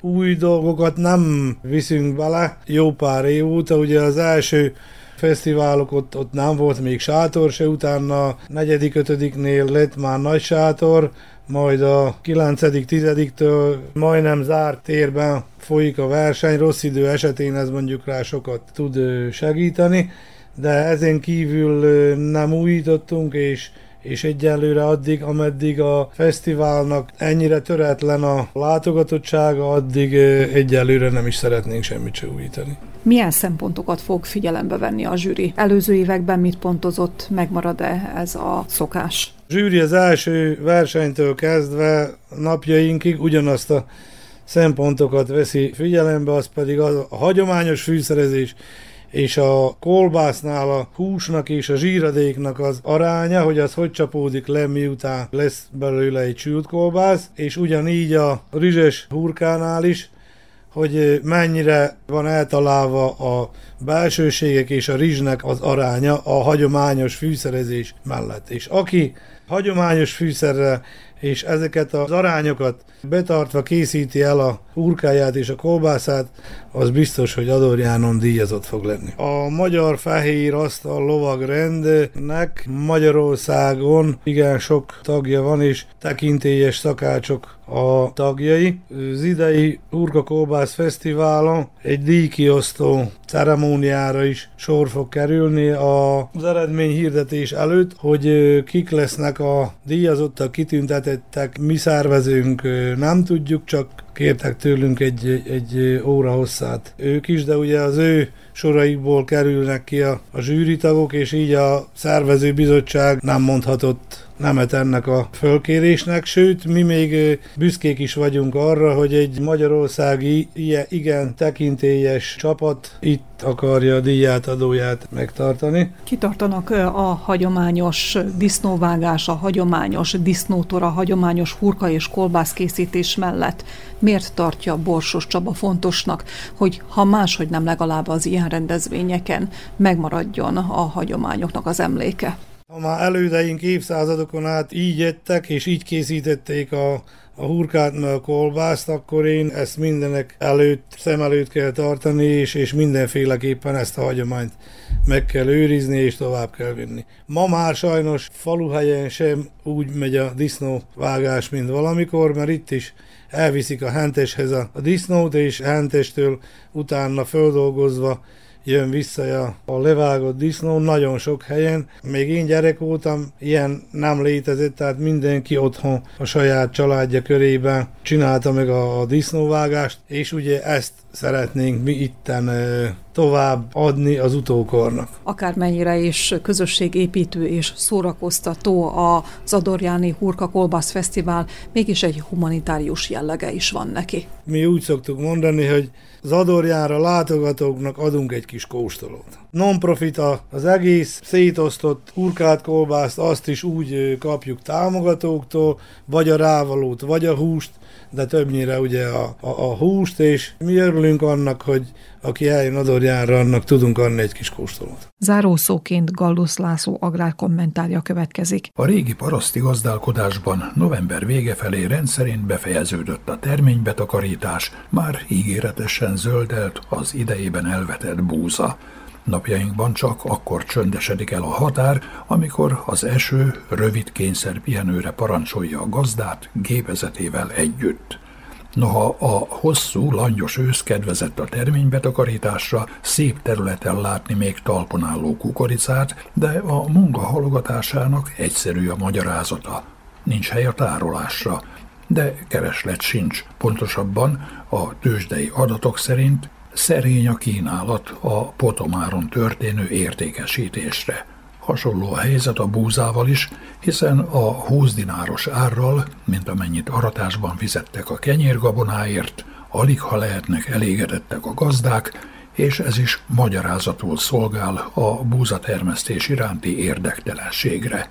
új dolgokat nem viszünk bele jó pár év óta. Ugye az első fesztiválok ott, ott nem volt még sátor se, utána negyedik, ötödiknél lett már nagy sátor, majd a kilencedik, tizediktől majdnem zárt térben folyik a verseny, rossz idő esetén ez mondjuk rá sokat tud segíteni, de ezen kívül nem újítottunk, és és egyelőre addig, ameddig a fesztiválnak ennyire töretlen a látogatottsága, addig egyelőre nem is szeretnénk semmit se újítani. Milyen szempontokat fog figyelembe venni a zsűri? Előző években mit pontozott, megmarad-e ez a szokás? A zsűri az első versenytől kezdve napjainkig ugyanazt a szempontokat veszi figyelembe, az pedig a hagyományos fűszerezés és a kolbásznál a húsnak és a zsíradéknak az aránya, hogy az hogy csapódik le, miután lesz belőle egy sült kolbász, és ugyanígy a rizses hurkánál is, hogy mennyire van eltalálva a belsőségek és a rizsnek az aránya a hagyományos fűszerezés mellett. És aki hagyományos fűszerrel és ezeket az arányokat betartva készíti el a hurkáját és a kolbászát, az biztos, hogy Adorjánon díjazott fog lenni. A Magyar Fehér Asztal Lovagrendnek Magyarországon igen sok tagja van, és tekintélyes szakácsok a tagjai. Az idei Hurka-kolbász fesztiválon egy díjkiosztó ceremóniára is sor fog kerülni az eredményhirdetés előtt, hogy kik lesznek a díjazottak, kitüntetettek. Mi szervezünk nem tudjuk, csak kértek tőlünk egy, egy óra hosszát ők is, de ugye az ő soraikból kerülnek ki a, a zsűritagok, és így a szervező bizottság nem mondhatott nemet ennek a fölkérésnek, sőt, mi még büszkék is vagyunk arra, hogy egy magyarországi ilyen igen tekintélyes csapat itt akarja a díjátadóját megtartani. Kitartanak a hagyományos disznóvágás, a hagyományos disznótor, a hagyományos hurka és kolbászkészítés mellett. Miért tartja Borsos Csaba fontosnak, hogy ha máshogy nem legalább az ilyen rendezvényeken megmaradjon a hagyományoknak az emléke? Ha már elődeink évszázadokon át így ettek és így készítették a, a hurkát meg a kolbászt, akkor én ezt mindenek előtt, szem előtt kell tartani, és, és mindenféleképpen ezt a hagyományt meg kell őrizni és tovább kell vinni. Ma már sajnos faluhelyen sem úgy megy a disznóvágás, mint valamikor, mert itt is elviszik a henteshez a, a disznót, és hentestől utána földolgozva jön vissza a, a levágott disznó, nagyon sok helyen. Még én gyerek voltam, ilyen nem létezett, tehát mindenki otthon a saját családja körében csinálta meg a, a disznóvágást, és ugye ezt szeretnénk mi itten e, tovább adni az utókornak. Akármennyire is közösségépítő és szórakoztató az Adorjáni Hurka Kolbász Fesztivál, mégis egy humanitárius jellege is van neki. Mi úgy szoktuk mondani, hogy az Adorjánra látogatóknak adunk egy kis kóstolót. Non-profit az egész szétosztott hurkát, kolbászt, azt is úgy kapjuk támogatóktól, vagy a rávalót, vagy a húst, de többnyire ugye a, a, a húst, és mi örülünk annak, hogy aki eljön Adorjánra, annak tudunk adni egy kis kóstolót. Zárószóként Gallusz László agrárkommentárja következik. A régi paraszti gazdálkodásban november vége felé rendszerint befejeződött a terménybetakarítás, már ígéretesen zöldelt az idejében elvetett búza. Napjainkban csak akkor csöndesedik el a határ, amikor az eső rövid kényszer pihenőre parancsolja a gazdát gépezetével együtt. Noha a hosszú, langyos ősz kedvezett a terménybetakarításra, szép területen látni még talpon álló kukoricát, de a munka halogatásának egyszerű a magyarázata. Nincs hely a tárolásra, de kereslet sincs. Pontosabban a tőzsdei adatok szerint szerény a kínálat a potomáron történő értékesítésre. Hasonló a helyzet a búzával is, hiszen a húsz dináros árral, mint amennyit aratásban fizettek a kenyérgabonáért, alig ha lehetnek elégedettek a gazdák, és ez is magyarázatul szolgál a búzatermesztés iránti érdektelenségre.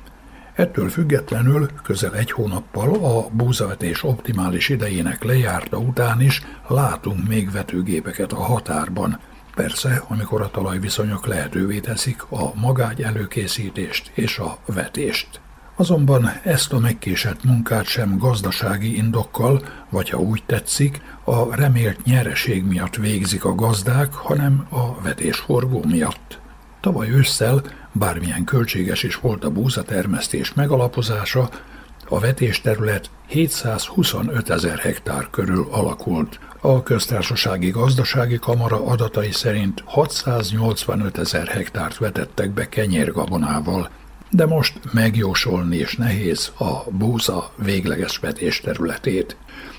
Ettől függetlenül közel egy hónappal a búzavetés optimális idejének lejárta után is látunk még vetőgépeket a határban. Persze, amikor a talajviszonyok lehetővé teszik a magágy előkészítést és a vetést. Azonban ezt a megkésett munkát sem gazdasági indokkal, vagy ha úgy tetszik, a remélt nyereség miatt végzik a gazdák, hanem a vetésforgó miatt. Tavaly ősszel, bármilyen költséges is volt a búzatermesztés megalapozása, a vetésterület hétszázhuszonöt ezer hektár körül alakult. A Köztársasági Gazdasági Kamara adatai szerint hatszáznyolcvanöt ezer hektárt vetettek be kenyérgabonával, de most megjósolni is nehéz a búza végleges vetésterületét.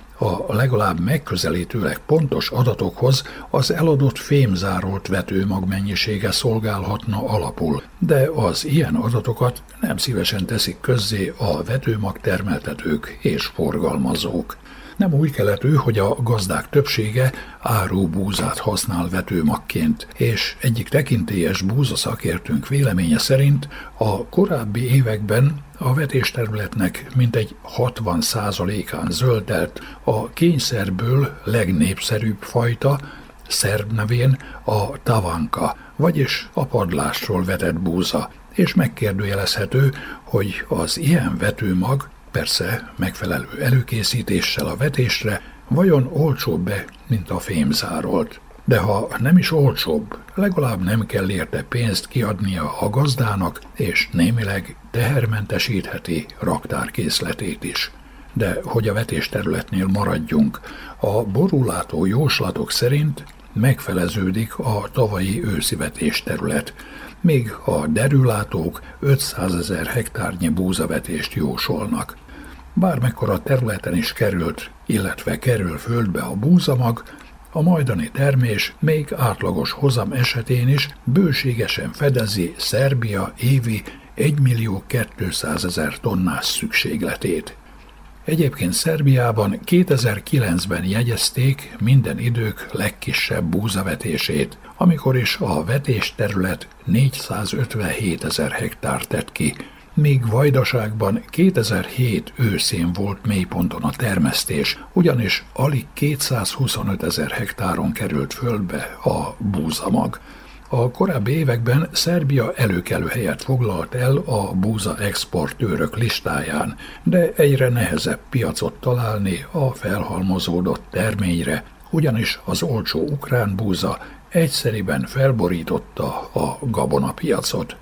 A legalább megközelítőleg pontos adatokhoz az eladott fémzárolt vetőmag mennyisége szolgálhatna alapul, de az ilyen adatokat nem szívesen teszik közzé a vetőmag termeltetők és forgalmazók. Nem új keletű, hogy a gazdák többsége árubúzát használ vetőmagként, és egyik tekintélyes búzaszakértőnk véleménye szerint a korábbi években a vetésterületnek mintegy hatvan százalékán zöldelt a kényszerből legnépszerűbb fajta, szerb nevén a tavanka, vagyis a padlásról vetett búza, és megkérdőjelezhető, hogy az ilyen vetőmag, persze megfelelő előkészítéssel a vetésre, vajon olcsóbb-e, mint a fémzárolt. De ha nem is olcsóbb, legalább nem kell érte pénzt kiadnia a gazdának, és némileg tehermentesítheti raktárkészletét is. De hogy a vetésterületnél maradjunk, a borulátó jóslatok szerint megfeleződik a tavalyi őszi vetésterület, míg a derülátók ötszázezer hektárnyi búzavetést jósolnak. Bármekkora területen is került, illetve kerül földbe a búzamag, a majdani termés még átlagos hozam esetén is bőségesen fedezi Szerbia évi egymillió kétszázezer tonnás szükségletét. Egyébként Szerbiában kétezer-kilencben jegyezték minden idők legkisebb búzavetését, amikor is a vetésterület négyszázötvenhét ezer hektár tett ki, míg Vajdaságban kétezer-hét őszén volt mélyponton a termesztés, ugyanis alig kétszázhuszonöt ezer hektáron került földbe a búzamag. A korábbi években Szerbia előkelő helyet foglalt el a búza exportőrök listáján, de egyre nehezebb piacot találni a felhalmozódott terményre, ugyanis az olcsó ukrán búza egyszeriben felborította a gabonapiacot.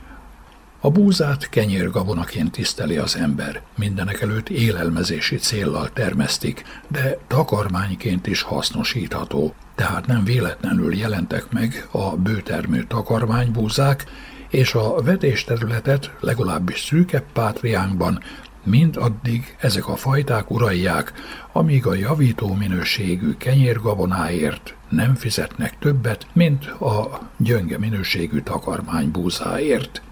A búzát kenyérgabonaként tiszteli az ember, mindenekelőtt élelmezési céllal termesztik, de takarmányként is hasznosítható, tehát nem véletlenül jelentek meg a bőtermő takarmánybúzák, és a vetésterületet legalábbis szűkebb pátriánkban mindaddig ezek a fajták uralják, amíg a javító minőségű kenyérgabonáért nem fizetnek többet, mint a gyönge minőségű takarmánybúzáért.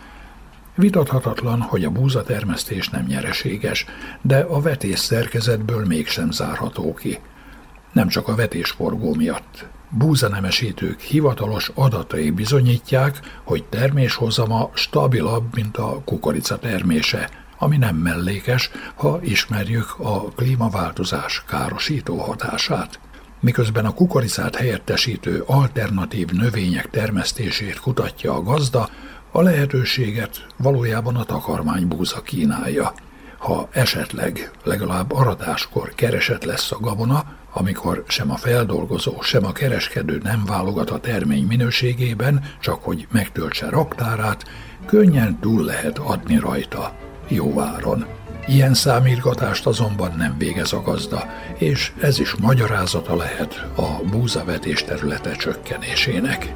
Vitathatatlan, hogy a búzatermesztés nem nyereséges, de a vetés szerkezetből mégsem zárható ki. Nem csak a vetésforgó miatt. Búzanemesítők hivatalos adatai bizonyítják, hogy terméshozama stabilabb, mint a kukorica termése, ami nem mellékes, ha ismerjük a klímaváltozás károsító hatását. Miközben a kukoricát helyettesítő alternatív növények termesztését kutatja a gazda, a lehetőséget valójában a takarmánybúza kínálja. Ha esetleg legalább aratáskor keresett lesz a gabona, amikor sem a feldolgozó, sem a kereskedő nem válogat a termény minőségében, csak hogy megtöltse raktárát, könnyen túl lehet adni rajta, jóáron. Ilyen számítgatást azonban nem végez a gazda, és ez is magyarázata lehet a búzavetés területe csökkenésének.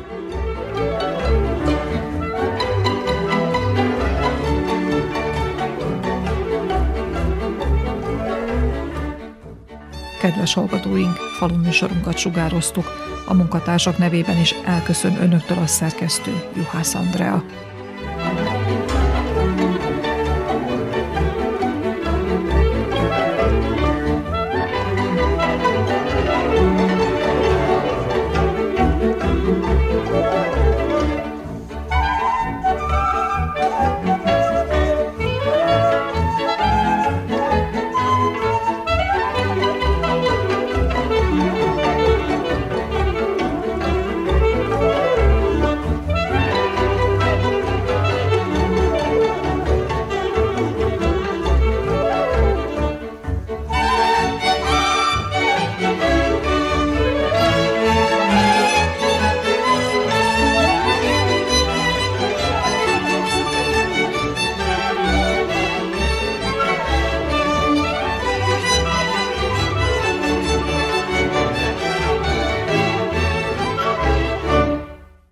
Kedves hallgatóink, faluműsorunkat sugároztuk. A munkatársak nevében is elköszön önöktől a szerkesztő, Juhász Andrea.